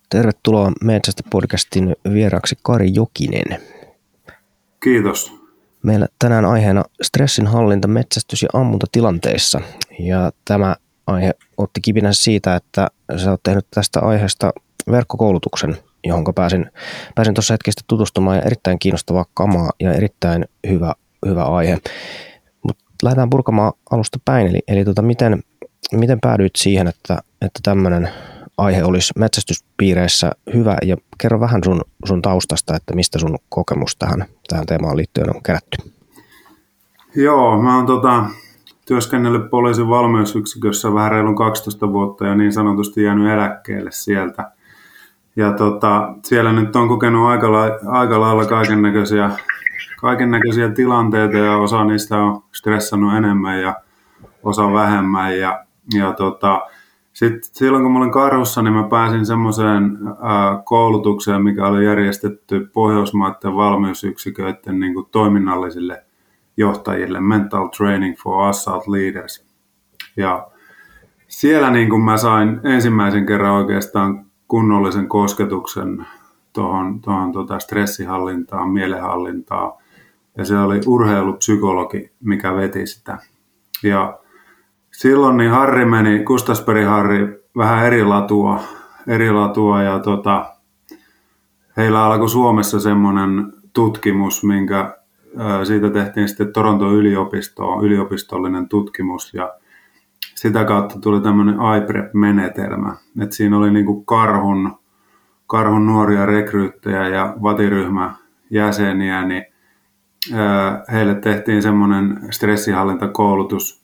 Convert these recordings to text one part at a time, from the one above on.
Tervetuloa Metsästä-podcastin vieraaksi Kari Jokinen. Kiitos. Meillä tänään aiheena stressinhallinta metsästys- ja ammuntatilanteissa. Ja tämä aihe otti kipinänsä siitä, että sä oot tehnyt tästä aiheesta verkkokoulutuksen, johon pääsin tuossa hetkessä tutustumaan, ja erittäin kiinnostavaa kamaa ja erittäin hyvä aihe. Mutta lähdetään purkamaan alusta päin. Eli miten päädyit siihen, että tämmöinen aihe olisi metsästyspiireissä hyvä, ja kerro vähän sun taustasta, että mistä sun kokemus tähän teemaan liittyen on kerätty. Joo, mä oon työskennellyt poliisin valmiusyksikössä vähän reilun 12 vuotta ja niin sanotusti jäänyt eläkkeelle sieltä. Ja siellä nyt on kokenut aika lailla kaikennäköisiä tilanteita, ja osa niistä on stressannut enemmän ja osa vähemmän. Ja sitten silloin kun mä olin Karhussa, niin mä pääsin semmoiseen koulutukseen, mikä oli järjestetty Pohjoismaiden valmiusyksiköiden niin kuin toiminnallisille johtajille, Mental Training for Assault Leaders. Ja siellä niin kuin mä sain ensimmäisen kerran oikeastaan kunnollisen kosketuksen tuohon stressihallintaan, mielenhallintaan. Ja se oli urheilupsykologi, mikä veti sitä. Ja silloin niin Kustasperin Harri vähän eri latua ja heillä alkoi Suomessa semmoinen tutkimus, minkä siitä tehtiin sitten Toronton yliopistollinen tutkimus, ja sitä kautta tuli tämmöinen iPrep-menetelmä. Et siinä oli niinku karhun nuoria rekryyttejä ja vatiryhmän jäseniä, niin heille tehtiin semmoinen stressihallintakoulutus,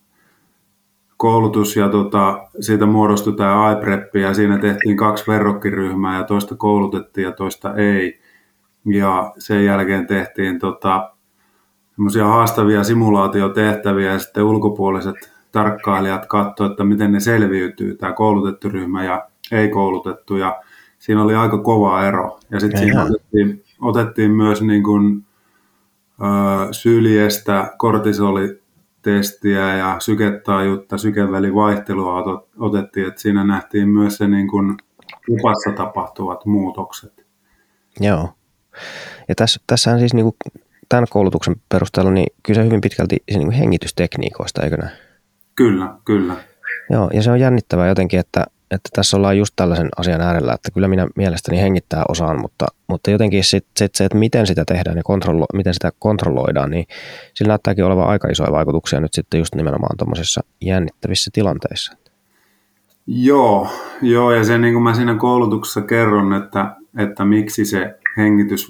ja siitä muodostui tämä iPrep, ja siinä tehtiin 2 verrokkiryhmää, ja toista koulutettiin ja toista ei. Ja sen jälkeen tehtiin semmoisia haastavia simulaatiotehtäviä, ja sitten ulkopuoliset tarkkailijat katsoivat, että miten ne selviytyy, tämä koulutettu ryhmä ja ei-koulutettu, ja siinä oli aika kova ero. Ja sitten siinä otettiin myös niin kuin, syljestä kortisolitestiä ja syketaajuutta, sykevälivaihtelua otettiin, että siinä nähtiin myös se niin kuin lupassa tapahtuvat muutokset. Joo. Ja tässähän siis niin kuin tämän koulutuksen perusteella niin kyse hyvin pitkälti niin kuin hengitystekniikoista, eikö näin? Kyllä. Joo, ja se on jännittävää jotenkin, että tässä ollaan just tällaisen asian äärellä, että kyllä minä mielestäni hengittää osaan, mutta jotenkin sit se, että miten sitä tehdään ja miten sitä kontrolloidaan, niin sillä näyttääkin olevan aika isoja vaikutuksia nyt sitten just nimenomaan tuommoisissa jännittävissä tilanteissa. Joo, ja se niin kuin mä siinä koulutuksessa kerron, että miksi se hengitys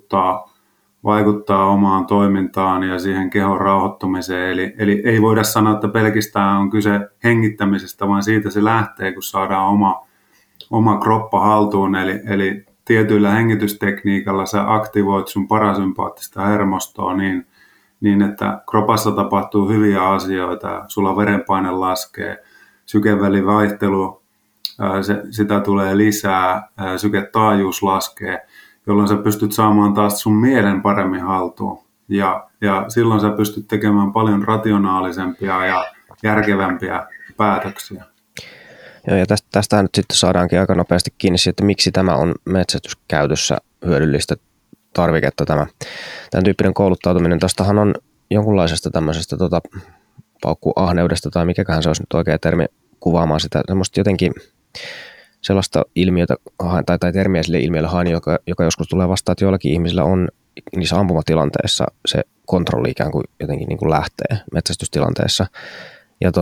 vaikuttaa omaan toimintaan ja siihen kehon rauhoittumiseen. Eli ei voida sanoa, että pelkästään on kyse hengittämisestä, vaan siitä se lähtee, kun saadaan oma kroppa haltuun. Eli tietyillä hengitystekniikalla sä aktivoit sun parasympaattista hermostoa niin, että kropassa tapahtuu hyviä asioita. Sulla verenpaine laskee, sykevälivaihtelu, sitä tulee lisää, syketaajuus laskee, jolloin sä pystyt saamaan taas sun mielen paremmin haltuun. Ja silloin sä pystyt tekemään paljon rationaalisempia ja järkevämpiä päätöksiä. Joo, ja tästähän nyt sitten saadaankin aika nopeasti kiinni siitä, että miksi tämä on metsästyskäytössä hyödyllistä tarviketta, tämän tyyppinen kouluttautuminen. Tästähän on jonkunlaisesta tämmöisestä paukkuahneudesta, tai mikäköhän se olisi nyt oikea termi kuvaamaan sitä, semmoista jotenkin sellaista ilmiötä tai termiä sille ilmiölle hain, joka joskus tulee vastaan, että joillakin ihmisillä on niissä ampumatilanteissa se kontrolli ikään kuin jotenkin niin kuin lähtee metsästystilanteessa. Ja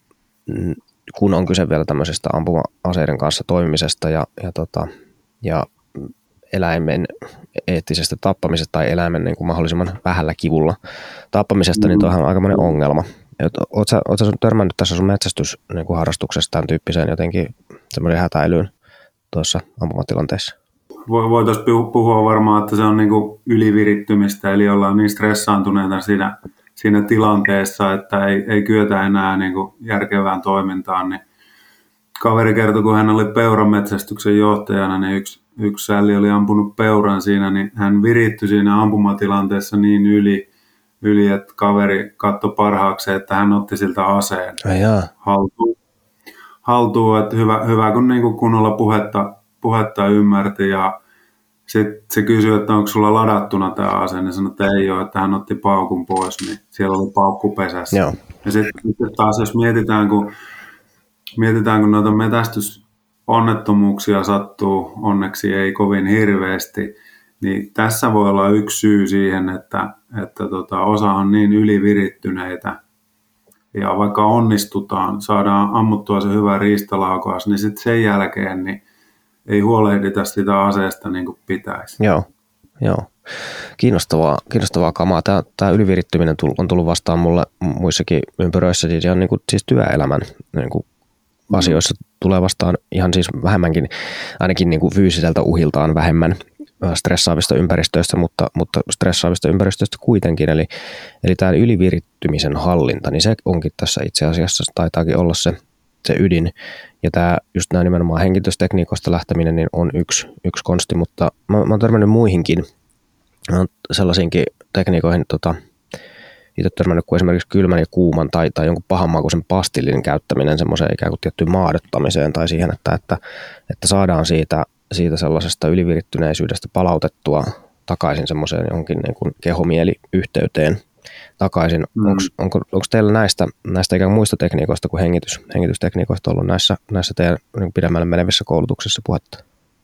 kun on kyse vielä tämmöisestä ampuma-aseiden kanssa toimimisesta ja eläimen eettisestä tappamisesta tai eläimen niin kuin mahdollisimman vähällä kivulla tappamisesta, niin toihan on aikamoinen ongelma. Oletko sä törmännyt tässä sun metsästysharrastuksessa tämän tyyppiseen jotenkin semmoinen hätäilyyn tuossa ampumatilanteessa? Voitaisiin puhua varmaan, että se on niin kuin ylivirittymistä, eli ollaan niin stressaantuneita siinä tilanteessa, että ei kyetä enää niin kuin järkevään toimintaan. Niin kaveri kertoi, kun hän oli peuranmetsästyksen johtajana, niin yksi sälli oli ampunut peuran siinä, niin hän virittyi siinä ampumatilanteessa niin yli, että kaveri katsoi parhaakseen, että hän otti siltä aseen haltuun. Että hyvä kun niin kuin kunnolla puhetta ymmärti ja sitten se kysyi, että onko sulla ladattuna tämä ase, niin sanoi, että ei ole, että hän otti paukun pois, niin siellä oli paukku pesässä. Joo. Ja sitten taas jos mietitään, kun noita metästysonnettomuuksia sattuu, onneksi ei kovin hirveästi, niin tässä voi olla yksi syy siihen, että osa on niin ylivirittyneitä, ja vaikka onnistutaan, saadaan ammuttua se hyvä riistalaukaus, niin sitten sen jälkeen niin ei huolehdita sitä aseesta niin kuin pitäisi. Joo. Kiinnostavaa kamaa. Tämä ylivirittyminen on tullut vastaan mulle muissakin ympyröissä, siis ihan niin kuin, siis työelämän niin kuin asioissa tulee vastaan ihan siis vähemmänkin, ainakin niin kuin fyysiseltä uhiltaan vähemmän stressaavista ympäristöistä, mutta stressaavista ympäristöistä kuitenkin. Eli tämä ylivirittymisen hallinta, niin se onkin tässä itse asiassa, taitaakin olla se ydin. Ja tämä just nämä nimenomaan hengitystekniikoista lähteminen niin on yksi konsti, mutta mä oon törmännyt muihinkin sellaisiinkin tekniikoihin, itse törmännyt kuin esimerkiksi kylmän ja kuuman tai jonkun pahanmakuisen pastillin käyttäminen semmoiseen ikään kuin tiettyyn maadottamiseen tai siihen, että saadaan siitä sellaisesta ylivirittyneisyydestä palautettua takaisin semmoiseen johonkin niin kuin kehomieliyhteyteen takaisin. Onko teillä näistä ikään kuin muista tekniikoista kuin hengitystekniikoista ollut näissä teidän niin pidemmälle menevissä koulutuksissa puhetta?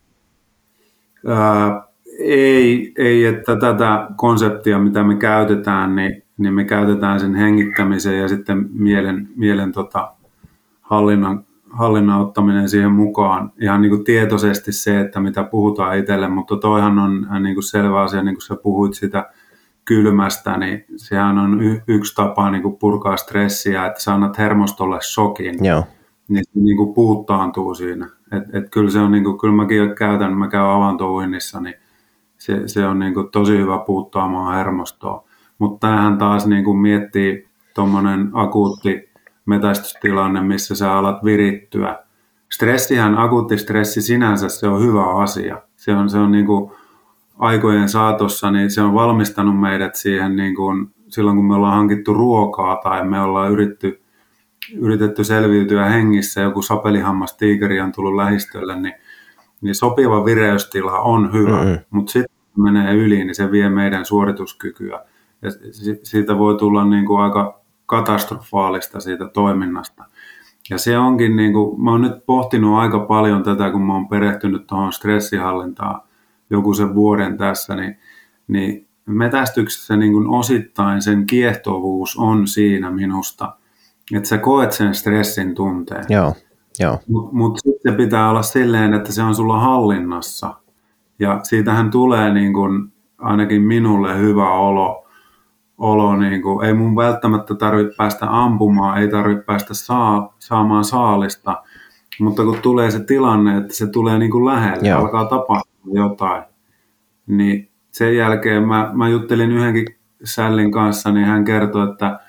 Ei, että tätä konseptia, mitä me käytetään, niin me käytetään sen hengittämiseen ja sitten mielen hallinnan ottaminen siihen mukaan. Ihan niin kuin tietoisesti se, että mitä puhutaan itselle, mutta toihan on niin kuin selvä asia, niin kuin sä puhuit sitä kylmästä, niin sehän on yksi tapa niin kuin purkaa stressiä, että sä annat hermostolle shokin, Joo. niin se niin kuin puuttaantuu siinä. Et kyllä se on, niin kuin, kyllä mäkin käytän, mä käyn avantouinnissa, niin se on niin kuin tosi hyvä puuttaamaan hermostoa. Mutta tämähän taas niin kuin miettii tuommoinen akuutti metästystilanne, missä sä alat virittyä. Akuutti stressi sinänsä, se on hyvä asia. Se on niin kuin aikojen saatossa, niin se on valmistanut meidät siihen niin kuin silloin, kun me ollaan hankittu ruokaa tai me ollaan yritetty selviytyä hengissä, joku sapelihammastiikeri on tullut lähistölle, niin sopiva vireystila on hyvä, mutta sitten kun menee yli, niin se vie meidän suorituskykyä. Ja siitä voi tulla niin kuin aika katastrofaalista siitä toiminnasta. Ja se onkin, niin kuin, mä oon nyt pohtinut aika paljon tätä, kun mä oon perehtynyt tuohon stressihallintaan joku sen vuoden tässä, niin metästyksessä niin kuin osittain sen kiehtovuus on siinä minusta, että sä koet sen stressin tunteen. Joo. Mutta sitten pitää olla silleen, että se on sulla hallinnassa. Ja siitähän tulee niin kun, ainakin minulle hyvä olo niin kun, ei mun välttämättä tarvitse päästä ampumaan, ei tarvitse päästä saamaan saalista, mutta kun tulee se tilanne, että se tulee niin kun lähelle, alkaa tapahtua jotain, niin sen jälkeen mä juttelin yhdenkin sällin kanssa, niin hän kertoi, että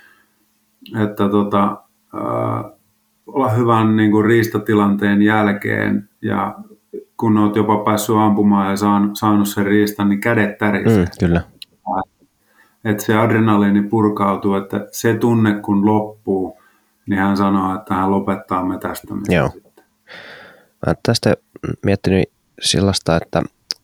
olla hyvän niin kuin riistatilanteen jälkeen ja kun olet jopa päässyt ampumaan ja saanut sen riistan, niin kädet tärisee. Kyllä. Että se adrenaliini purkautuu, että se tunne kun loppuu, niin hän sanoo, että hän lopettaa metästämisen. Joo. Mä tästä miettinyt sellaista, että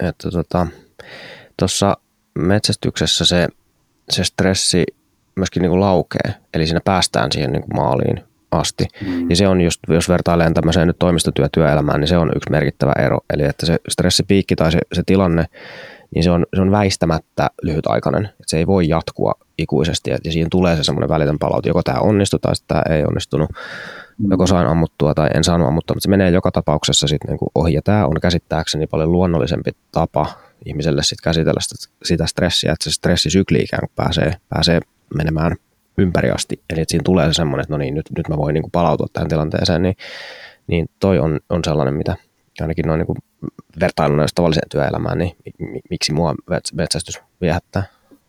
tuossa metsästyksessä se stressi myöskin niin kuin laukee, eli siinä päästään siihen niin kuin maaliin asti. Ja se on just, jos vertailen tämmöiseen nyt toimistotyöelämään, niin se on yksi merkittävä ero. Eli että se stressipiikki tai se tilanne, niin se on väistämättä lyhytaikainen. Että se ei voi jatkua ikuisesti. Ja siinä tulee se semmoinen välitön palaute. Joko tämä onnistui tai tämä ei onnistunut. Joko sain ammuttua tai en saanut ammuttua. Mutta se menee joka tapauksessa sitten niin kuin ohi. Ja tämä on käsittääkseni paljon luonnollisempi tapa ihmiselle sit käsitellä sitä stressiä, että se stressisykli ikään kuin pääsee menemään ympäri asti. Eli että siinä tulee se semmoinen, että no niin, nyt mä voin niin kuin palautua tähän tilanteeseen, niin toi on sellainen, mitä ainakin noin niin kuin vertailuna jos tavalliseen työelämään, niin miksi mua metsästys viehättää?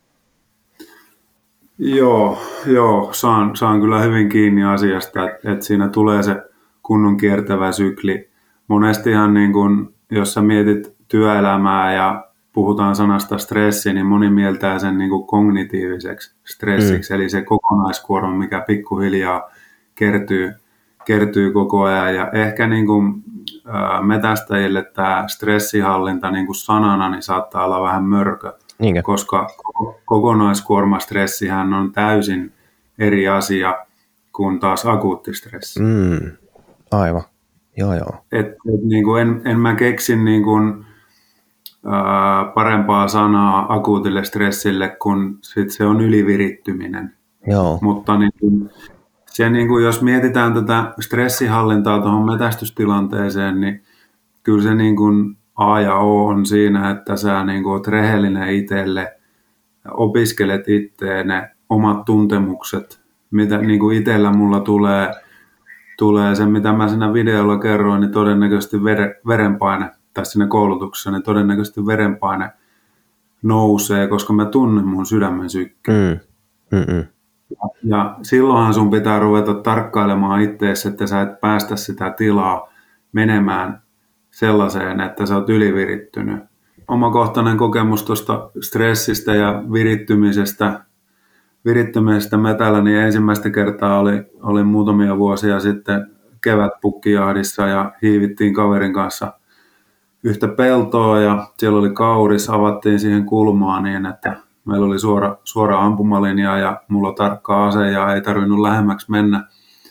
Joo, saan kyllä hyvin kiinni asiasta, että siinä tulee se kunnon kiertävä sykli. Monestihan niin kun, jos sä mietit työelämää ja puhutaan sanasta stressi, niin moni mieltää sen niin kuin kognitiiviseksi stressiksi, eli se kokonaiskuorma, mikä pikkuhiljaa kertyy koko ajan. Ja ehkä niin kuin metästäjille tämä stressihallinta niin kuin sanana niin saattaa olla vähän mörkö, Niinkö? koska kokonaiskuormastressihän on täysin eri asia kuin taas akuutti stressi. Aivan, joo. Niin kuin en mä keksin niin kuin, parempaa sanaa akuutille stressille, kun sit se on ylivirittyminen. Joo. Mutta niin kuin, se, niin kuin, jos mietitään tätä stressihallintaa tuohon metästystilanteeseen, niin kyllä se niin kuin A ja O on siinä, että sä niin kuin oot rehellinen itselle, opiskelet itteen ne omat tuntemukset, mitä niin kuin itsellä mulla tulee se, mitä mä siinä videolla kerroin, niin todennäköisesti verenpaine, tai siinä koulutuksessa, niin todennäköisesti verenpaine nousee, koska mä tunnen mun sydämen sykkeen. Ja silloinhan sun pitää ruveta tarkkailemaan itseesi, että sä et päästä sitä tilaa menemään sellaiseen, että sä oot ylivirittynyt. Omakohtainen kokemus tuosta stressistä ja virittymisestä metällä, niin ensimmäistä kertaa oli muutamia vuosia sitten kevätpukkijahdissa ja hiivittiin kaverin kanssa yhtä peltoa ja siellä oli kauris, avattiin siihen kulmaan niin, että meillä oli suora ampumalinja ja mulla tarkkaa ase ja ei tarvinnut lähemmäksi mennä.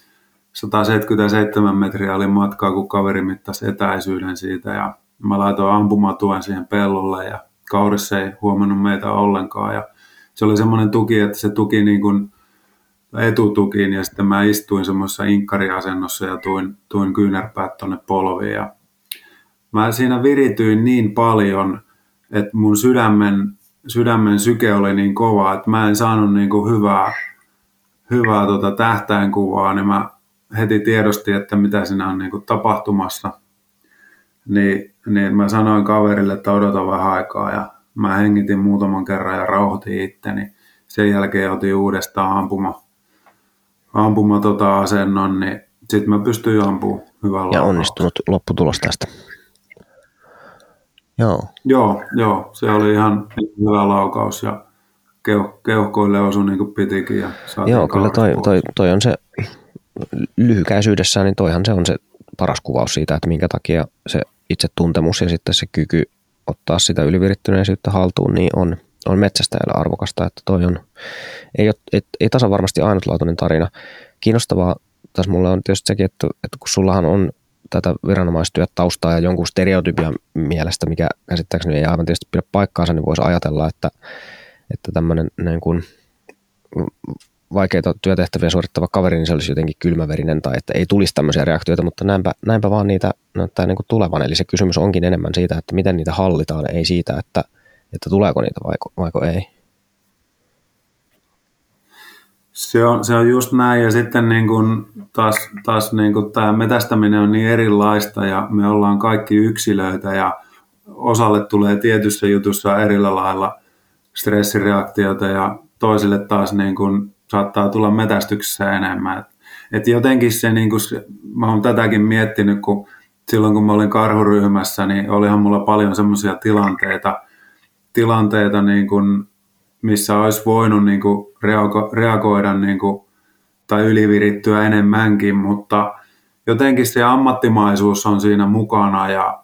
177 metriä oli matkaa, kun kaveri mittasi etäisyyden siitä ja mä laitoin ampumatuen siihen pellolle ja kauris ei huomannut meitä ollenkaan ja se oli semmoinen tuki, että se tuki niin kuin etutukiin ja sitten mä istuin semmoisessa inkkariasennossa ja tuin kyynärpäät tonne polviin ja mä siinä virityin niin paljon, että mun sydämen syke oli niin kova, että mä en saanut niin kuin hyvää tähtäinkuvaa, niin mä heti tiedostin, että mitä siinä on niin kuin tapahtumassa. Niin mä sanoin kaverille, että odota vähän aikaa ja mä hengitin muutaman kerran ja rauhoitin itteni. Sen jälkeen otin uudestaan asennon, niin sitten mä pystyin ampumaan hyvällä Ja laukaus. onnistunut lopputulos tästä. Joo. Joo, se oli ihan hyvä laukaus ja keuhkoille osui niin kuin pitikin. Ja Joo, kyllä toi on se lyhykäisyydessään, niin toihan se on se paras kuvaus siitä, että minkä takia se itsetuntemus ja sitten se kyky ottaa sitä ylivirittyneisyyttä haltuun, niin on metsästäjälle arvokasta, että toi on, ei tasan varmasti ainutlaatuinen tarina. Kiinnostavaa tässä mulle on tietysti sekin, että kun sullahan on tätä viranomaistyötaustaa ja jonkun stereotypian mielestä, mikä käsittääkseni ei aivan tietysti pidä paikkaansa, niin voisi ajatella, että tämmöinen niin kuin vaikeita työtehtäviä suorittava kaveri, niin se olisi jotenkin kylmäverinen tai että ei tulisi tämmöisiä reaktioita, mutta näinpä vaan niitä näyttää niin kuin tulevan. Eli se kysymys onkin enemmän siitä, että miten niitä hallitaan, ei siitä, että tuleeko niitä vaiko ei. Se on just näin ja sitten niin kuin taas niin kuin tämä metästäminen on niin erilaista ja me ollaan kaikki yksilöitä ja osalle tulee tietyssä jutussa erillä lailla stressireaktioita ja toisille taas niin kuin saattaa tulla metästyksessä enemmän. Et jotenkin se, niin kuin, mä oon tätäkin miettinyt, kun silloin kun mä olin karhuryhmässä, niin olihan mulla paljon semmoisia tilanteita niin kuin, missä olisi voinut niin kuin reagoida niin kuin, tai ylivirittyä enemmänkin, mutta jotenkin se ammattimaisuus on siinä mukana ja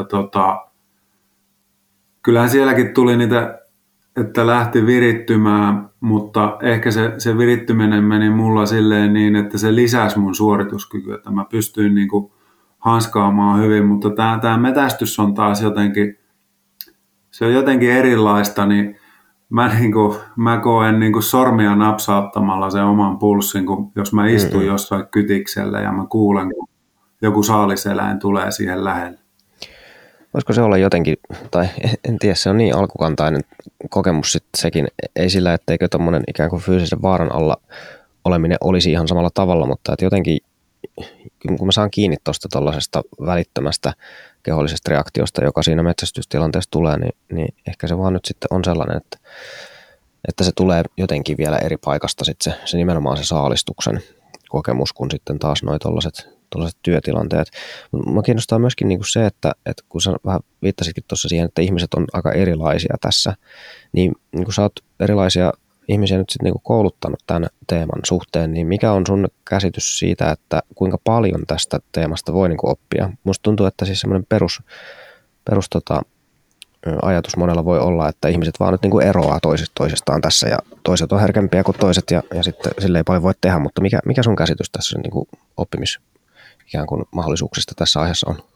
kyllähän sielläkin tuli niitä, että lähti virittymään, mutta ehkä se virittyminen meni mulla silleen niin, että se lisäsi mun suorituskykyä, että mä pystyin niin kuin hanskaamaan hyvin, mutta tämä metästys on taas jotenkin, se on jotenkin erilaista, niin mä koen niin kuin sormia napsauttamalla sen oman pulssin, kun jos mä istun jossain kytiksellä ja mä kuulen, kun joku saaliseläin tulee siihen lähelle. Voisiko se olla jotenkin, tai en tiedä, se on niin alkukantainen kokemus sitten sekin, ei sillä, etteikö tommonen ikään kuin fyysisen vaaran alla oleminen olisi ihan samalla tavalla, mutta että jotenkin, kun mä saan kiinni tuosta tuollaisesta välittömästä kehollisesta reaktiosta, joka siinä metsästystilanteessa tulee, niin ehkä se vaan nyt sitten on sellainen, että se tulee jotenkin vielä eri paikasta sitten se nimenomaan se saalistuksen kokemus, kun sitten taas noi tollaiset työtilanteet. Mua kiinnostaa myöskin niinku se, että kun sä vähän viittasitkin tuossa siihen, että ihmiset on aika erilaisia tässä, niin kun sä oot erilaisia ihmisiä nyt sitten niinku kouluttanut tämän teeman suhteen, niin mikä on sun käsitys siitä, että kuinka paljon tästä teemasta voi niinku oppia? Musta tuntuu, että siis semmoinen perus ajatus monella voi olla, että ihmiset vaan nyt niinku eroaa toisistaan tässä ja toiset on herkempiä kuin toiset ja sitten sille ei paljon voi tehdä, mutta mikä sun käsitys tässä niinku oppimis ikään kuin mahdollisuuksista tässä aiheessa on?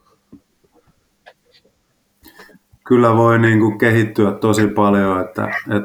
Kyllä voi niin kuin kehittyä tosi paljon, että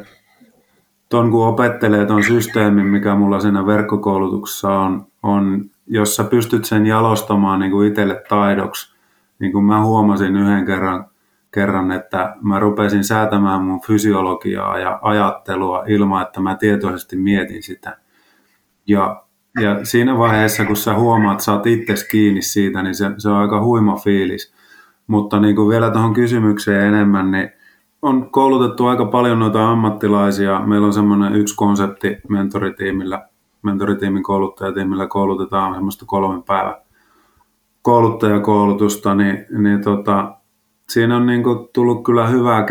ton kun opettelee ton systeemin, mikä mulla siinä verkkokoulutuksessa on jos sä pystyt sen jalostamaan niin kuin itselle taidoksi, niin kuin mä huomasin yhden kerran, että mä rupesin säätämään mun fysiologiaa ja ajattelua ilman, että mä tietoisesti mietin sitä. Ja siinä vaiheessa, kun sä huomaat, että sä oot itses kiinni siitä, niin se on aika huima fiilis. Mutta niin kuin vielä tuohon kysymykseen enemmän, niin on koulutettu aika paljon noita ammattilaisia. Meillä on semmoinen yksi konsepti mentoritiimin kouluttajatiimillä koulutetaan semmoista 3 päivän kouluttajakoulutusta, niin siinä on niin kuin tullut kyllä hyvää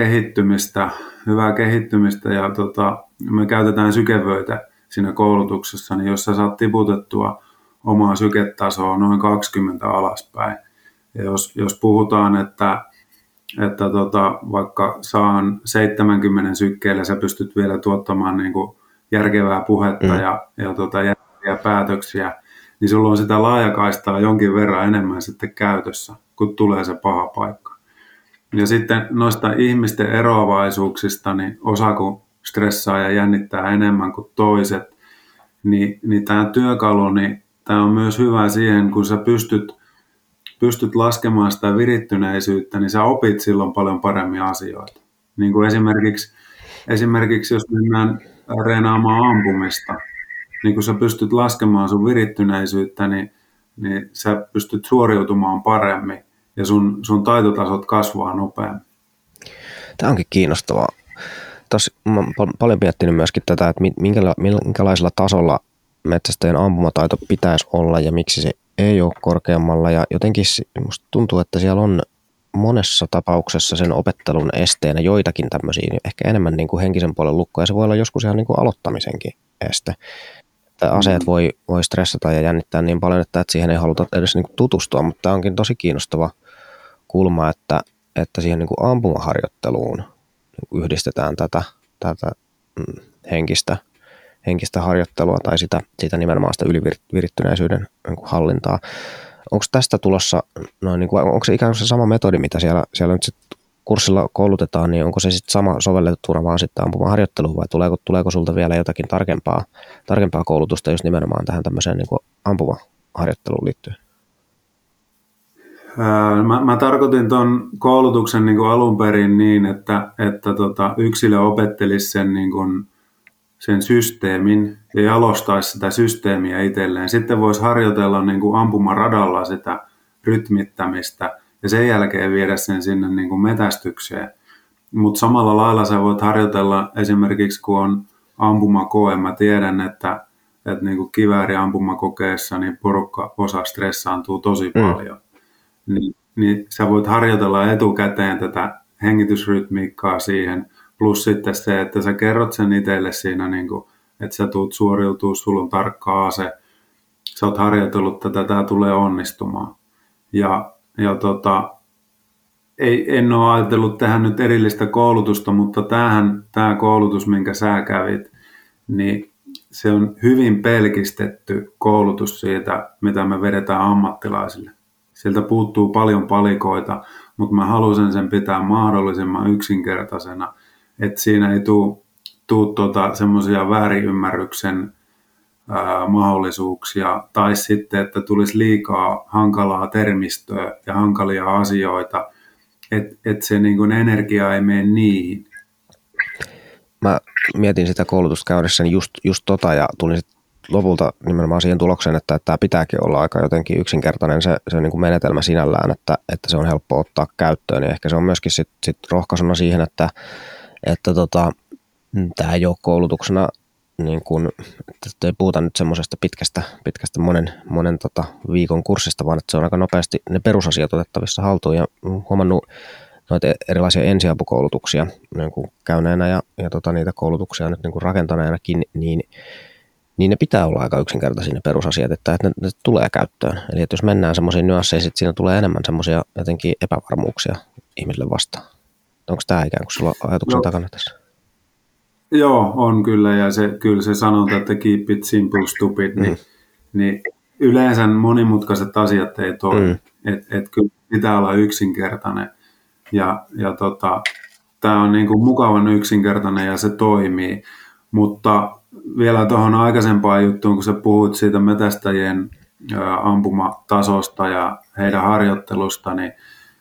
kehittymistä ja me käytetään sykevöitä siinä koulutuksessa, niin jos sä saat tiputettua omaa syketasoa noin 20 alaspäin. Ja jos puhutaan, että vaikka saan 70 sykkeellä, sä pystyt vielä tuottamaan niin kuin järkevää puhetta ja järkeviä päätöksiä, niin sulla on sitä laajakaistaa jonkin verran enemmän sitten käytössä, kun tulee se paha paikka. Ja sitten noista ihmisten eroavaisuuksista, niin osa kun stressaa ja jännittää enemmän kuin toiset, niin tämä työkalu, niin tämä on myös hyvä siihen, kun sä pystyt laskemaan sitä virittyneisyyttä, niin sä opit silloin paljon paremmin asioita. Niin kuin esimerkiksi jos mennään reenaamaan ampumista, niin kun sä pystyt laskemaan sun virittyneisyyttä, niin sä pystyt suoriutumaan paremmin ja sun taitotasot kasvaa nopeammin. Tämä onkin kiinnostavaa. Mä oon paljon miettinyt myöskin tätä, että minkälaisella tasolla metsästäjän ampumataito pitäisi olla ja miksi se ei ole korkeammalla. Ja jotenkin musta tuntuu, että siellä on monessa tapauksessa sen opettelun esteenä joitakin tämmöisiä, ehkä enemmän niin kuin henkisen puolen lukkoja. Se voi olla joskus ihan niin kuin aloittamisenkin este. Että aseet voi stressata ja jännittää niin paljon, että siihen ei haluta edes niin kuin tutustua, mutta tämä onkin tosi kiinnostava kulma, että siihen niin kuin ampumaharjoitteluun niin kuin yhdistetään tätä henkistä harjoittelua tai sitä nimenomaan sitä ylivirittyneisyyden niin kuin hallintaa. Onko tästä tulossa, onko se ikään kuin se sama metodi, mitä siellä nyt sit kurssilla koulutetaan, niin onko se sitten sama sovellettuna vaan sitten ampumaharjoitteluun vai tuleeko sulta vielä jotakin tarkempaa koulutusta just nimenomaan tähän tämmöiseen niin kuin ampumaharjoitteluun liittyen? Mä tarkoitin tuon koulutuksen niin kuin alun perin niin, että yksilö opettelisi sen, niin kuin, sen systeemin ja jalostaisi sitä systeemiä itselleen. Sitten voisi harjoitella niin kuin ampumaradalla sitä rytmittämistä ja sen jälkeen viedä sen sinne niin kuin metästykseen. Mutta samalla lailla sä voit harjoitella esimerkiksi, kun on ampumakoe. Mä tiedän, että niin kuin kivääriampumakokeessa niin porukka osa stressaantuu tosi paljon. Niin sä voit harjoitella etukäteen tätä hengitysrytmiikkaa siihen, plus sitten se, että sä kerrot sen itselle siinä, niin kuin, että sä tuut suoriutuu, sulla on tarkka ase, sä oot harjoitellut tätä, tää tulee onnistumaan. En ole ajatellut tehdä nyt erillistä koulutusta, mutta tämä koulutus, minkä sä kävit, niin se on hyvin pelkistetty koulutus siitä, mitä me vedetään ammattilaisille. Sieltä puuttuu paljon palikoita, mutta mä halusin sen pitää mahdollisimman yksinkertaisena, että siinä ei tule semmoisia väärinymmärryksen mahdollisuuksia, tai sitten, että tulisi liikaa hankalaa termistöä ja hankalia asioita, että se niin kuin energia ei mene niihin. Mä mietin sitä koulutusta käydessäni just ja tulin sit lopulta nimenomaan siihen tulokseen, että tämä pitääkin olla aika jotenkin yksinkertainen se niin kuin menetelmä sinällään, että se on helppo ottaa käyttöön. Ja ehkä se on myöskin sit rohkaisuna siihen, että tämä ei ole koulutuksena, niin kuin, että ei puhuta nyt semmoisesta pitkästä monen viikon kurssista, vaan että se on aika nopeasti ne perusasiat otettavissa haltuun. Ja huomannut noita erilaisia ensiapukoulutuksia niin kuin käyneenä ja niitä koulutuksia nyt niin kuin rakentanenakin, niin ne pitää olla aika yksinkertaisia ne perusasiat, että ne tulee käyttöön. Eli että jos mennään semmoisiin nyansseihin, että siinä tulee enemmän semmoisia jotenkin epävarmuuksia ihmisille vastaan. Onko tämä ikään kuin sulla ajatuksen takana tässä? Joo, on kyllä, ja kyllä se sanonta, että keep it simple, stupid, niin yleensä monimutkaiset asiat ei toimi. Et kyllä pitää olla yksinkertainen, ja tämä on niin kuin mukavan yksinkertainen ja se toimii, mutta vielä tuohon aikaisempaan juttuun, kun sä puhut siitä metästäjien ampumatasosta ja heidän harjoittelusta, niin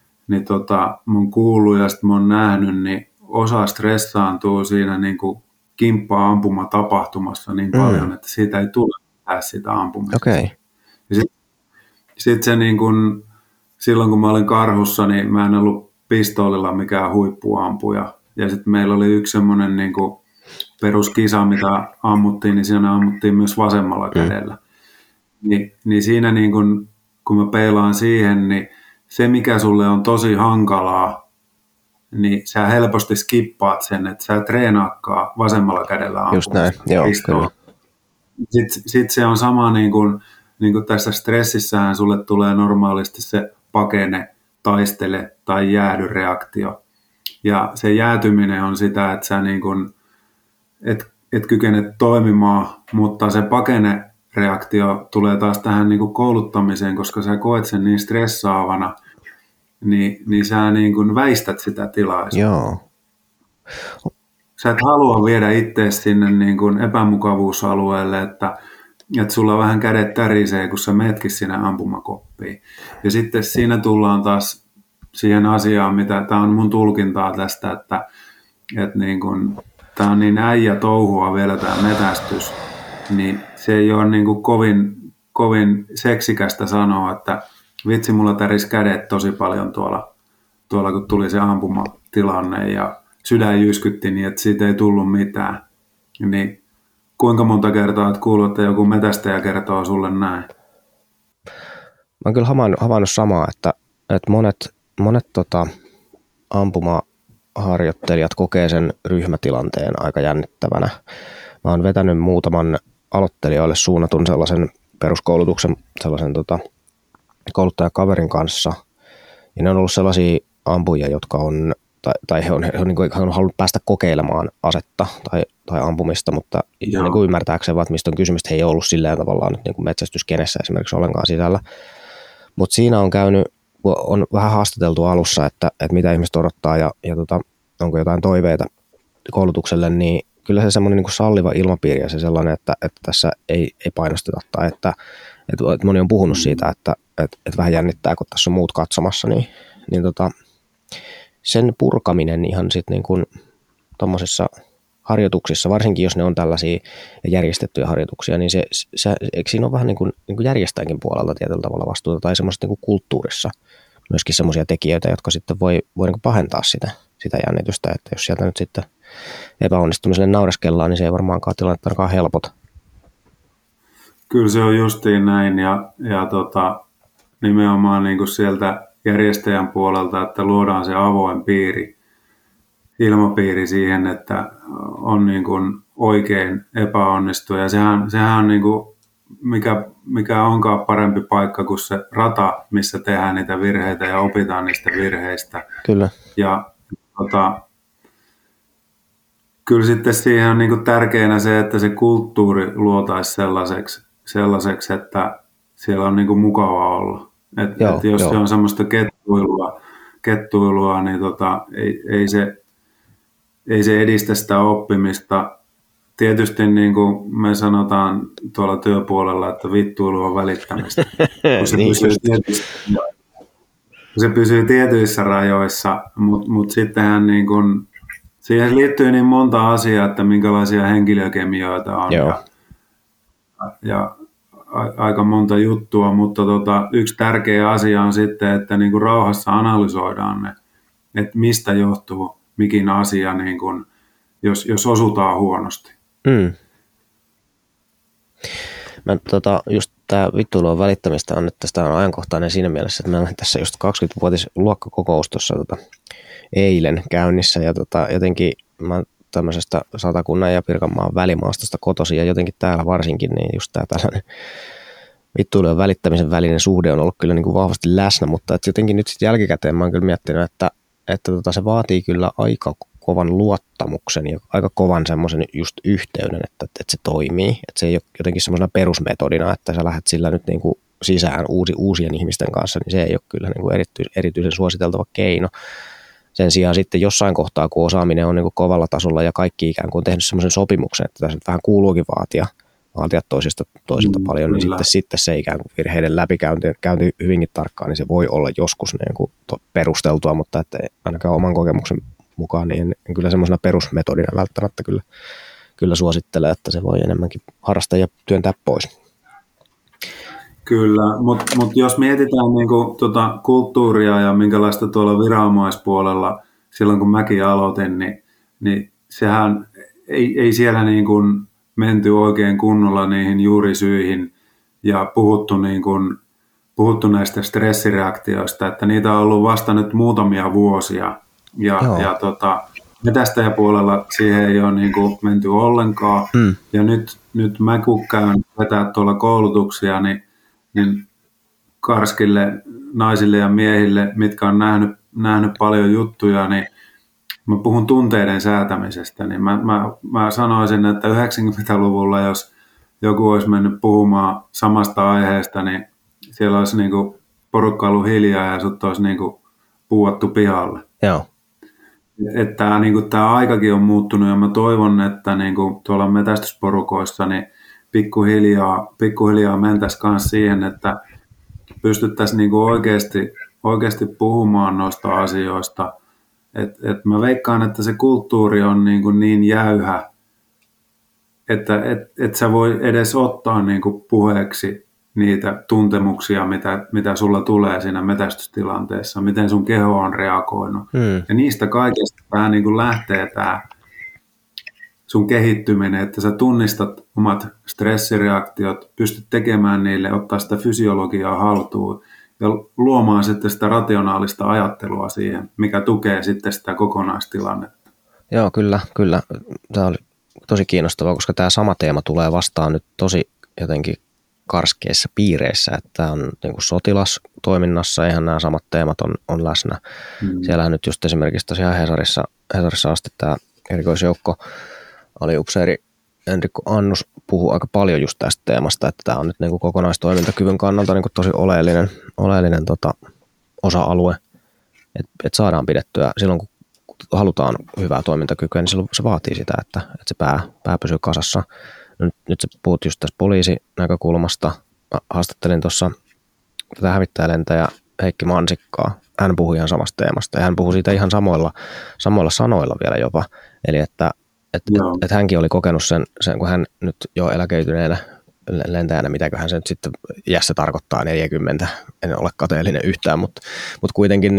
mä oon kuullut ja sitten mä oon nähnyt, niin osa stressaantuu siinä niin kuin kimppa-ampumatapahtumassa niin paljon, että siitä ei tule sitä ampumista. Okay. Ja sitten se niin kuin, silloin kun mä olin Karhussa, niin mä en ollut pistoolilla mikään huippuampuja. Ja sitten meillä oli yksi semmoinen niin kuin peruskisa, mitä ammuttiin, niin siinä ammuttiin myös vasemmalla kädellä. Niin siinä niin kun mä peilaan siihen, niin se mikä sulle on tosi hankalaa, niin sä helposti skippaat sen, että sä treenaakaan vasemmalla kädellä ampumista. Just näin, joo, kyllä. Sitten se on sama niin kuin tässä stressissähän sulle tulee normaalisti se pakene, taistele tai jäädy reaktio. Ja se jäätyminen on sitä, että sä niin kuin et kykene toimimaan, mutta se pakenereaktio tulee taas tähän niin kuin kouluttamiseen, koska sä koet sen niin stressaavana, niin sä niin kuin väistät sitä tilaisuutta. Joo. Sä et halua viedä itseäsi sinne niin kuin epämukavuusalueelle, että sulla vähän kädet tärisee, kun sä meetkin sinne ampumakoppiin. Ja sitten siinä tullaan taas siihen asiaan, mitä tämä on mun tulkintaa tästä, että niin kuin tämä on niin äijä touhua vielä tämä metästys, niin se ei ole niin kuin kovin seksikästä sanoa, että vitsi mulla tärisi kädet tosi paljon tuolla kun tuli se ampumatilanne ja sydän jyskytti niin, että siitä ei tullut mitään. Niin kuinka monta kertaa olet kuullut, että joku metästäjä kertoo sulle näin? Mä oon kyllä havainnut samaa, että monet ampumaharjoittelijat kokee sen ryhmätilanteen aika jännittävänä. Mä oon vetänyt muutaman aloittelijoille suunnatun sellaisen peruskoulutuksen sellaisen kouluttajakaverin kanssa. Ja ne on ollut sellaisia ampujia, jotka on, tai he on halunnut päästä kokeilemaan asetta tai ampumista, mutta niin kuin ymmärtääkseen vaan, että mistä on kysymys, he ei ollut silleen tavallaan niin kuin metsästyskenessä esimerkiksi ollenkaan sisällä. Mutta siinä on vähän haastateltu alussa, että mitä ihmiset odottaa ja onko jotain toiveita koulutukselle, niin kyllä se semmoinen niin kuin salliva ilmapiiri ja se sellainen, että tässä ei painosteta tai että moni on puhunut siitä, että vähän jännittää, kun tässä on muut katsomassa, niin sen purkaminen ihan sitten niin kuin tommosissa harjoituksissa, varsinkin jos ne on tällaisia järjestettyjä harjoituksia, niin eikö siinä ole vähän niin kuin järjestäjänkin puolelta tietyllä tavalla vastuuta tai semmoista niin kuin kulttuurissa myöskin semmoisia tekijöitä, jotka sitten voi niin kuin pahentaa sitä jännitystä, että jos sieltä nyt sitten epäonnistumiselle naureskellaan, niin se ei varmaankaan tilannetta ainakaan helpota. Kyllä se on justiin näin ja nimenomaan niin kuin sieltä järjestäjän puolelta, että luodaan se avoin ilmapiiri siihen, että on niin kuin oikein epäonnistua. Ja sehän on niin kuin mikä onkaan parempi paikka kuin se rata, missä tehdään niitä virheitä ja opitaan niistä virheistä. Kyllä. Ja kyllä sitten siihen on niin kuin tärkeänä se, että se kulttuuri luotaisi sellaiseksi, että siellä on niin kuin mukava olla. Et jos se on semmoista kettuilua niin ei se edistä sitä oppimista. Tietysti niin kuin me sanotaan tuolla työpuolella, että vittuilu on välittämistä. Se pysyy tietyissä rajoissa, mutta sittenhän niin kuin, siihen liittyy niin monta asiaa, että minkälaisia henkilökemioita on ja aika monta juttua, mutta yksi tärkeä asia on sitten, että niin kuin rauhassa analysoidaan ne, että mistä johtuu mikin asia, niin kuin, jos osutaan huonosti. Just tämä vittuilun välittämistä on nyt tästä ajankohtainen siinä mielessä, että meillä on tässä just 20-vuotis luokkakokous tuossa eilen käynnissä ja jotenkin mä oon tämmöisestä Satakunnan ja Pirkanmaan välimaastosta kotoisin ja jotenkin täällä varsinkin, niin just tää tällainen vittuilun ja välittämisen välinen suhde on ollut kyllä niin kuin vahvasti läsnä, mutta et jotenkin nyt sitten jälkikäteen mä oon kyllä miettinyt, että se vaatii kyllä aika kovan luottamuksen ja aika kovan semmoisen just yhteyden, että se toimii. Että se ei ole jotenkin semmoisena perusmetodina, että sä lähdet sillä nyt niin kuin sisään uusien ihmisten kanssa, niin se ei ole kyllä niin kuin erityisen suositeltava keino. Sen sijaan sitten jossain kohtaa, kun osaaminen on niin kuin kovalla tasolla ja kaikki ikään kuin on tehnyt semmoisen sopimuksen, että tässä nyt vähän kuuluukin vaatia toisilta paljon, niin sitten se ikään kuin virheiden läpikäynti hyvinkin tarkkaan, niin se voi olla joskus niin kuin perusteltua, mutta että ainakaan oman kokemuksen mukaan, niin en kyllä semmoisena perusmetodina välttämättä kyllä suosittele, että se voi enemmänkin harrastaa ja työntää pois. Kyllä, mutta jos mietitään niinku kulttuuria ja minkälaista tuolla viranomaispuolella silloin kun mäkin aloitin, niin sehän ei siellä niinku menty oikein kunnolla niihin juurisyihin ja puhuttu näistä stressireaktioista, että niitä on ollut vasta nyt muutamia vuosia ja metästäjäpuolella siihen ei ole niinku menty ollenkaan ja nyt mä kun käyn vetää tuolla koulutuksia, niin karskille naisille ja miehille, mitkä on nähnyt paljon juttuja, niin mä puhun tunteiden säätämisestä, niin mä sanoisin, että 90-luvulla, jos joku olisi mennyt puhumaan samasta aiheesta, niin siellä olisi niinku porukka ollut hiljaa ja sut olisi niinku puuattu pihalle. Joo. Että niinku, tämä aikakin on muuttunut ja mä toivon, että niinku, tuolla metästysporukoissa niin pikkuhiljaa mentäisiin kanssa siihen, että pystyttäisiin niinku oikeasti puhumaan noista asioista. Et mä veikkaan, että se kulttuuri on niin jäyhä, että et sä voi edes ottaa niinku puheeksi niitä tuntemuksia, mitä sulla tulee siinä metästystilanteessa, miten sun keho on reagoinut. Ja niistä kaikesta vähän niinku lähtee tämä sun kehittyminen, että sä tunnistat omat stressireaktiot, pystyt tekemään niille, ottaa sitä fysiologiaa haltuun ja luomaan sitten sitä rationaalista ajattelua siihen, mikä tukee sitten sitä kokonaistilannetta. Joo, kyllä. Tämä oli tosi kiinnostavaa, koska tämä sama teema tulee vastaan nyt tosi jotenkin karskeissa piireissä, että tämä on niin kuin sotilastoiminnassa, eihän nämä samat teemat on läsnä. Siellähän nyt just esimerkiksi tosiaan Hesarissa asti tämä erikoisjoukko aliupseeri Enrikko Annus puhuu aika paljon just tästä teemasta, että tämä on nyt niin kuin kokonaistoimintakyvyn kannalta niin kuin tosi oleellinen osa-alue, että saadaan pidettyä silloin, kun halutaan hyvää toimintakykyä, niin silloin se vaatii sitä, että se pää pysyy kasassa. Nyt sä puhut just tässä poliisinäkökulmasta. Haastattelin tuossa tätä hävittäjälentäjä Heikki Mansikkaa. Hän puhui ihan samasta teemasta ja hän puhui siitä ihan samoilla sanoilla vielä jopa. Eli että hänkin oli kokenut sen, kun hän nyt jo eläköityneenä lentäjänä, mitäköhän se nyt sitten iässä tarkoittaa 40, en ole kateellinen yhtään, mutta kuitenkin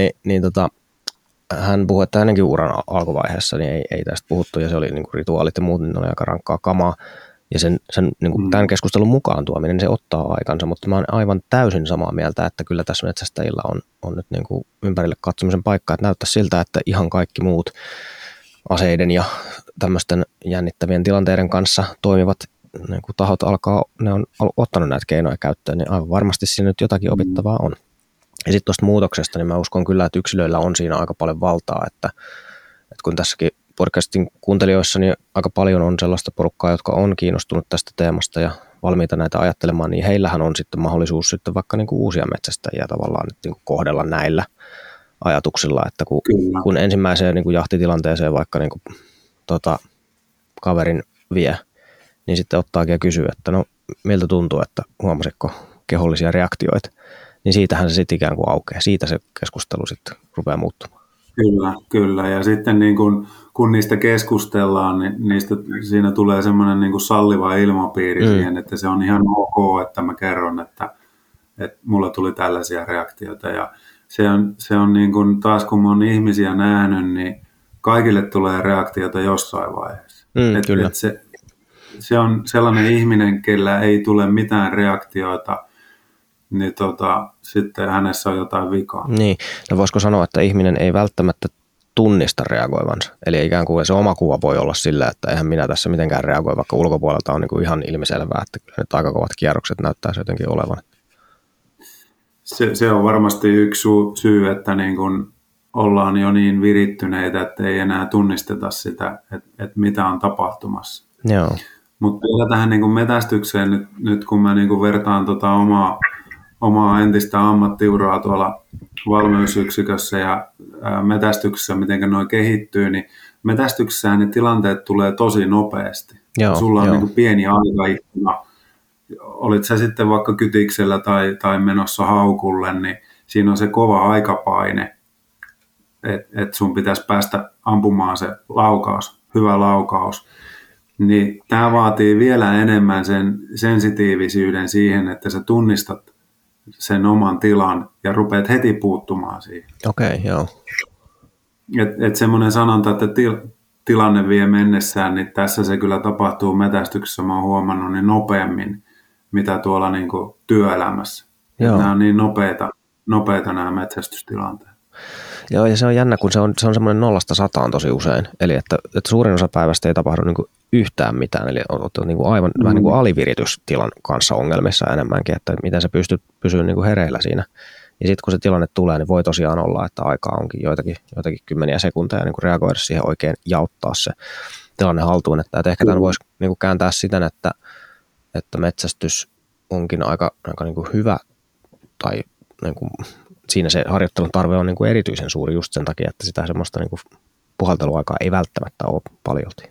hän puhui, että hänenkin uran alkuvaiheessa niin ei tästä puhuttu ja se oli niin kuin rituaalit ja muut, niin oli aika rankkaa kamaa. Ja sen niin kuin tämän keskustelun mukaan tuominen, se ottaa aikansa, mutta mä olen aivan täysin samaa mieltä, että kyllä tässä metsästäjillä on nyt niin kuin ympärille katsomisen paikka, että näyttää siltä, että ihan kaikki muut aseiden ja tämmöisten jännittävien tilanteiden kanssa toimivat niin kuin tahot ne on ottanut näitä keinoja käyttöön, niin aivan varmasti siinä nyt jotakin opittavaa on. Ja sitten tuosta muutoksesta, niin mä uskon kyllä, että yksilöillä on siinä aika paljon valtaa, että kun tässäkin podcastin kuuntelijoissa niin aika paljon on sellaista porukkaa, jotka on kiinnostunut tästä teemasta ja valmiita näitä ajattelemaan, niin heillähän on sitten mahdollisuus sitten vaikka niin kuin uusia metsästäjiä tavallaan nyt niin kuin kohdella näillä ajatuksilla, että kun ensimmäiseen niin kuin jahtitilanteeseen vaikka niin kuin, kaverin vie, niin sitten ottaakin ja kysyy, että no miltä tuntuu, että huomasitko kehollisia reaktioita, niin siitähän se sitten ikään kuin aukeaa. Siitä se keskustelu sitten rupeaa muuttumaan. Kyllä. Ja sitten niin kun niistä keskustellaan, niin siinä tulee semmoinen niin kuin salliva ilmapiiri siihen, että se on ihan ok, että mä kerron, että mulla tuli tällaisia reaktioita. Ja se on niin kuin, taas kun mä oon ihmisiä nähnyt, niin kaikille tulee reaktioita jossain vaiheessa. Kyllä. Se on sellainen ihminen, kellä ei tule mitään reaktioita, niin sitten hänessä on jotain vikaa. Niin, no voisiko sanoa, että ihminen ei välttämättä tunnista reagoivansa. Eli ikään kuin se oma kuva voi olla sillä, että eihän minä tässä mitenkään reagoi, vaikka ulkopuolelta on niin kuin ihan ilmiselvää, että kyllä nyt aika kovat kierrokset näyttää se jotenkin olevan. Se on varmasti yksi syy, että niin kun ollaan jo niin virittyneitä, että ei enää tunnisteta sitä, että mitä on tapahtumassa. Joo. Mutta vielä tähän niin kun metästykseen, nyt kun mä niin kun vertaan omaa entistä ammattiuraa tuolla valmiusyksikössä ja metästyksessä, miten noi kehittyy, niin metästyksessähän ne tilanteet tulee tosi nopeasti. Joo, sulla on niin kun pieni aikaikkuna. Olit sä sitten vaikka kytiksellä tai menossa haukulle, niin siinä on se kova aikapaine, että sun pitäisi päästä ampumaan se laukaus, hyvä laukaus. Niin tämä vaatii vielä enemmän sen sensitiivisyyden siihen, että sä tunnistat sen oman tilan ja rupeat heti puuttumaan siihen. Okei, joo. Et semmoinen sanonta, että tilanne vie mennessään, niin tässä se kyllä tapahtuu metästyksessä, mä oon huomannut, niin nopeammin, mitä tuolla niin kuin työelämässä. Nämä on niin nopeita nämä metsästystilanteet. Joo, ja se on jännä, kun se on semmoinen 0–100 tosi usein. Eli että suurin osa päivästä ei tapahdu niin kuin yhtään mitään. Eli olet niin kuin aivan vähän niin kuin aliviritystilan kanssa ongelmissa enemmänkin, että miten sä pystyt pysyä niin kuin hereillä siinä. Ja sitten kun se tilanne tulee, niin voi tosiaan olla, että aikaa onkin joitakin kymmeniä sekunteja niin kuin reagoida siihen oikein ja ottaa se tilanne haltuun. Että ehkä tämän voisi niin kuin kääntää siten, että metsästys onkin aika niin kuin hyvä tai niin kuin siinä se harjoittelun tarve on niin kuin erityisen suuri just sen takia, että sitä semmoista niin kuin puhalteluaikaa ei välttämättä ole paljolti.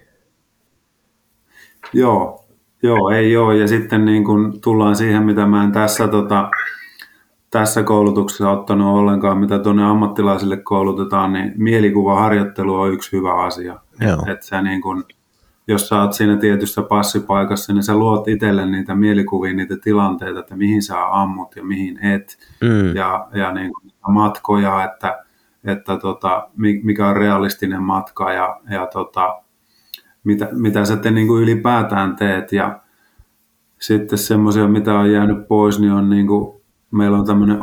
Joo, ei ole. Ja sitten niin kun tullaan siihen, mitä mä en tässä koulutuksessa ottanut ollenkaan, mitä tuonne ammattilaisille koulutetaan, niin mielikuvaharjoittelu on yksi hyvä asia. Että sä niin kun, jos sä oot siinä tietyssä passipaikassa, niin sä luot itselle niitä mielikuvia, niitä tilanteita, että mihin sä ammut ja mihin et. Ja niin kun matkoja, että mikä on realistinen matka ja mitä sä niin kuin ylipäätään teet. Ja sitten semmoisia, mitä on jäänyt pois, niin on niin kuin, meillä on tämmöinen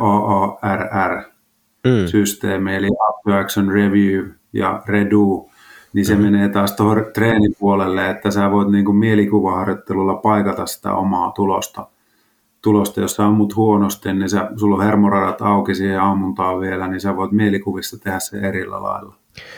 AARR-systeemi, eli After Action Review ja Redo, niin se menee taas tuohon treenipuolelle, että sä voit niin kuin mielikuvaharjoittelulla paikata sitä omaa tulosta. Jos sä ammut huonosti, niin sulla on hermoradat auki siihen ammuntaan vielä, niin sä voit mielikuvissa tehdä se erillä lailla.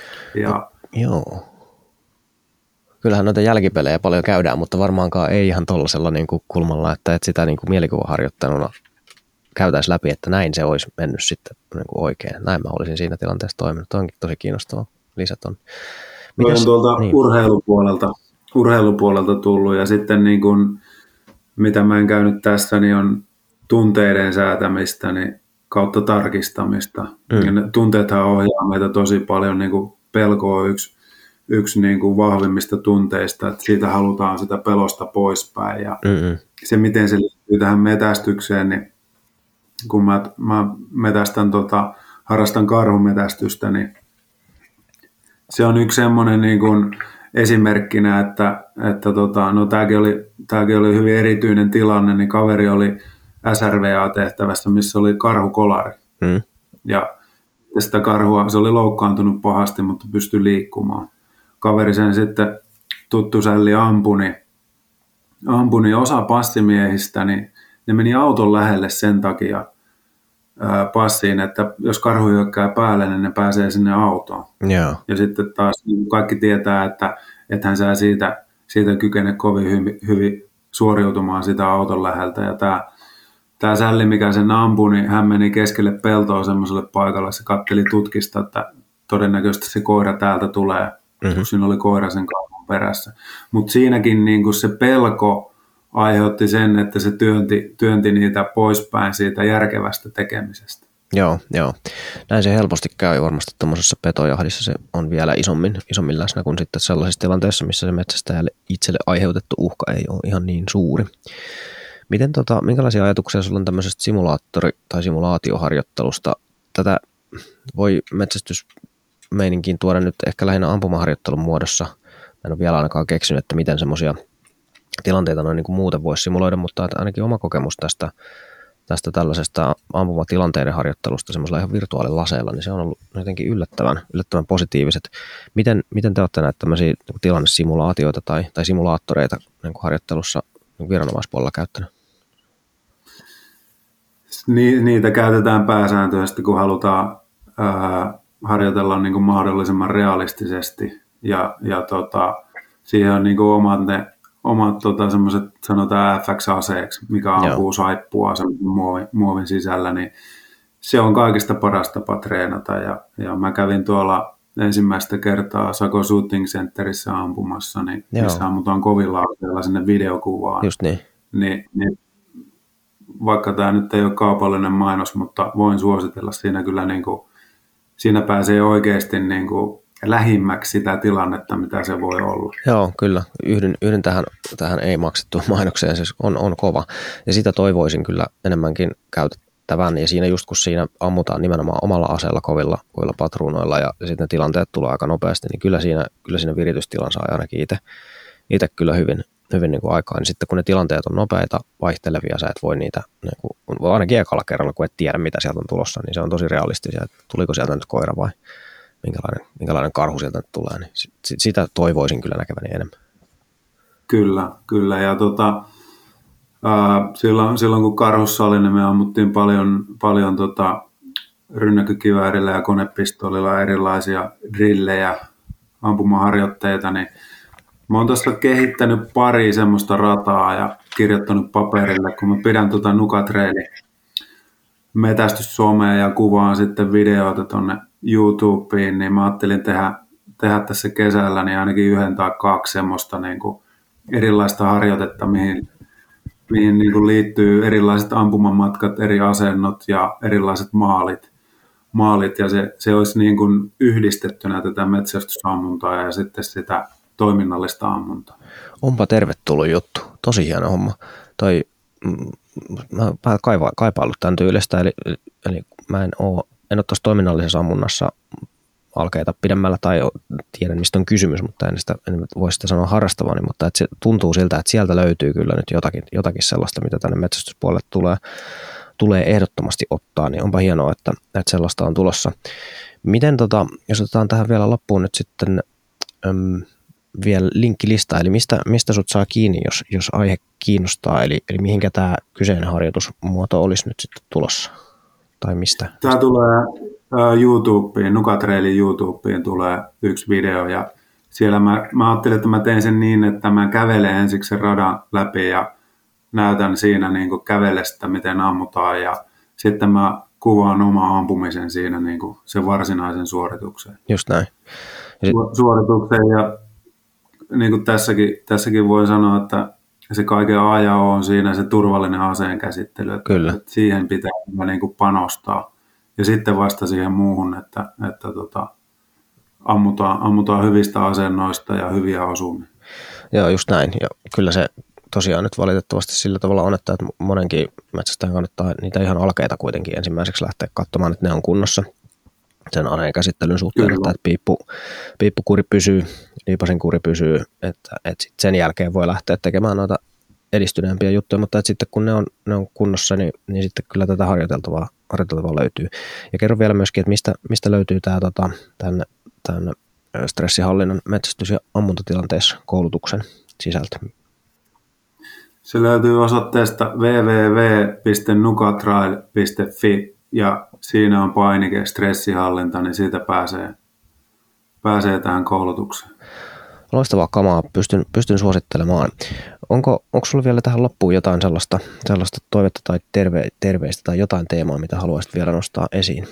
Joo. Kyllähän noita jälkipelejä paljon käydään, mutta varmaankaan ei ihan tuollaisella niin kuin kulmalla, että sitä niin kuin mielikuvaharjoitteluna käytäisiin läpi, että näin se olisi mennyt sitten niin kuin oikein. Näin mä olisin siinä tilanteessa toiminut. Tämä onkin tosi kiinnostava lisät on. On tuolta niin. urheilupuolelta tullut ja sitten niin kuin, mitä mä en käynyt tässä, niin on tunteiden säätämistä niin kautta tarkistamista. Ja ne tunteethan ohjaa meitä tosi paljon, niin kuin pelko on yksi niin kuin vahvimmista tunteista, että siitä halutaan sitä pelosta poispäin. Ja se, miten se liittyy tähän metästykseen, niin kun mä harrastan karhumetästystä, niin se on yksi semmoinen niin kuin esimerkkinä, että no tämäkin oli hyvin erityinen tilanne, niin kaveri oli SRVA-tehtävässä, missä oli karhukolari. Ja sitä karhua, se oli loukkaantunut pahasti, mutta pystyi liikkumaan. Kaveri sen sitten tuttu sälli ampui, niin osa passimiehistä, niin ne meni auton lähelle sen takia passiin, että jos karhu hyökkää päälle, niin ne pääsee sinne autoon. Yeah. Ja sitten taas kaikki tietää, että hän saa siitä kykene kovin hyvin suoriutumaan sitä auton läheltä. Ja tämä sälli, mikä sen ampui, niin hän meni keskelle peltoa semmoiselle paikalle, se katteli tutkista, että todennäköisesti se koira täältä tulee, kun siinä oli koira sen karhun perässä. Mutta siinäkin niin kun se pelko aiheutti sen, että se työnti niitä poispäin siitä järkevästä tekemisestä. Joo. Näin se helposti käy varmasti tuommoisessa petojahdissa. Se on vielä isommin läsnä kuin sitten sellaisissa tilanteissa, missä se metsästäjälle itselle aiheutettu uhka ei ole ihan niin suuri. Minkälaisia ajatuksia sinulla on tämmöisestä simulaattori- tai simulaatioharjoittelusta? Tätä voi metsästysmeininkiin tuoda nyt ehkä lähinnä ampumaharjoittelun muodossa. Mä en ole vielä ainakaan keksinyt, että miten semmoisia tilanteita noin niin kuin muuten voisi simuloida, mutta ainakin oma kokemus tästä tästä tällaisesta ampumatilanteiden harjoittelusta semmoisella ihan virtuaalilaseella, niin se on ollut jotenkin yllättävän positiiviset. Miten te olette näitä tämmöisiä niin tilannesimulaatioita tai simulaattoreita niin harjoittelussa niin viranomaispuolella käyttänyt? Niitä käytetään pääsääntöisesti, kun halutaan harjoitella niin kuin mahdollisimman realistisesti ja siihen on niin kuin omat semmoiset, sanotaan FX-aseeksi, mikä ampuu saippua muovin sisällä, niin se on kaikista paras tapa treenata. Ja mä kävin tuolla ensimmäistä kertaa Sako Shooting Centerissä ampumassa, niin missä ammutaan kovilla aseilla sinne videokuvaan. Just niin. Niin vaikka tämä nyt ei ole kaupallinen mainos, mutta voin suositella siinä kyllä niin kuin, siinä pääsee oikeasti niin kuin lähimmäksi sitä tilannetta, mitä se voi olla. Joo, kyllä. Yhdyn tähän ei-maksettuun mainokseen, siis on kova. Ja sitä toivoisin kyllä enemmänkin käytettävän. Ja siinä just kun siinä ammutaan nimenomaan omalla aseella kovilla patruunoilla ja sitten ne tilanteet tulee aika nopeasti, niin kyllä siinä viritystilan saa ainakin itse kyllä hyvin niin kuin aikaa. Niin sitten kun ne tilanteet on nopeita, vaihtelevia, sä et voi niitä, niin kuin, ainakin ekalla kerralla, kun et tiedä mitä sieltä on tulossa, niin se on tosi realistisia, että tuliko sieltä nyt koira vai minkälainen karhu sieltä nyt tulee, niin sitä toivoisin kyllä näkeväni enemmän. Kyllä. Ja silloin kun karhussa oli, niin me ammuttiin paljon rynnäkkökiväärillä ja konepistoolilla erilaisia drillejä, ampumaharjoitteita, niin mä oon tuosta kehittänyt pari semmoista rataa ja kirjoittanut paperille, kun mä pidän Nukatreili metästyssomea ja kuvaan sitten videoita tonne YouTubeen, niin mä ajattelin tehdä tässä kesällä niin ainakin 1 tai 2 semmoista niin kuin erilaista harjoitetta, mihin niin kuin liittyy erilaiset ampumamatkat, eri asennot ja erilaiset maalit ja se olisi niin kuin yhdistettynä tätä metsästysammuntaa ja sitten sitä toiminnallista ammuntaa. Onpa tervetullut juttu. Tosi hieno homma. Mä kaipaillut tämän tyylistä, eli mä en ole tuossa toiminnallisessa ammunnassa alkeita pidemmällä tai tiedän, mistä on kysymys, mutta en voi sitä sanoa harrastavani, mutta että se tuntuu siltä, että sieltä löytyy kyllä nyt jotakin sellaista, mitä tänne metsästyspuolelle tulee ehdottomasti ottaa, niin onpa hienoa, että sellaista on tulossa. Miten jos otetaan tähän vielä loppuun nyt sitten vielä linkkilista, eli mistä sut saa kiinni, jos aihe kiinnostaa, eli mihinkä tämä kyseinen harjoitusmuoto olisi nyt sitten tulossa, tai mistä? Tämä tulee YouTubeen, Nukatreilin YouTubeen tulee yksi video, ja siellä mä ajattelin, että mä teen sen niin, että mä kävelen ensiksi sen radan läpi, ja näytän siinä niin kuin kävelestä, miten ammutaan, ja sitten mä kuvaan oman ampumisen siinä niin kuin sen varsinaisen suorituksen. Just näin. Suorituksen, ja niin kuin tässäkin voi sanoa, että se kaiken A ja O on siinä se turvallinen aseen käsittely. Kyllä. Että siihen pitää niin kuin panostaa. Ja sitten vasta siihen muuhun, että ammutaan hyvistä asennoista ja hyviä osumia. Joo, just näin. Ja kyllä se tosiaan nyt valitettavasti sillä tavalla on, että monenkin metsästäjän kannattaa niitä ihan alkeita kuitenkin ensimmäiseksi lähteä katsomaan, että ne on kunnossa sen aseen käsittelyn suhteen, kyllä, että piippukuri pysyy, liipasin kuri pysyy, että sit sen jälkeen voi lähteä tekemään noita edistyneempiä juttuja, mutta että sitten kun ne on kunnossa, niin sitten kyllä tätä harjoiteltavaa löytyy. Ja kerro vielä myöskin, että mistä löytyy tämän stressihallinnan metsästys- ja ammuntatilanteessa koulutuksen sisältö? Se löytyy osoitteesta www.nukatrail.fi ja siinä on painike stressihallinta, niin siitä pääsee tähän koulutukseen. Loistavaa kamaa, pystyn suosittelemaan. Onko sulla vielä tähän loppuun jotain sellaista toivetta tai terveistä tai jotain teemaa, mitä haluaisit vielä nostaa esiin?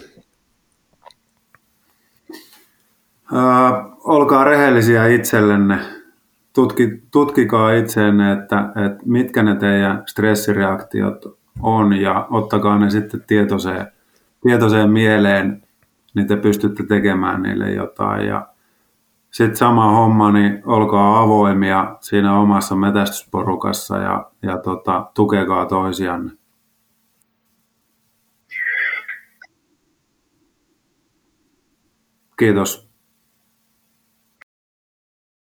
Olkaa rehellisiä itsellenne. Tutkikaa itseenne, että mitkä ne teidän stressireaktiot on ja ottakaa ne sitten tietoiseen mieleen, niin te pystytte tekemään niille jotain. Ja sitten sama homma, niin olkaa avoimia siinä omassa metästysporukassa ja tukekaa toisianne. Kiitos.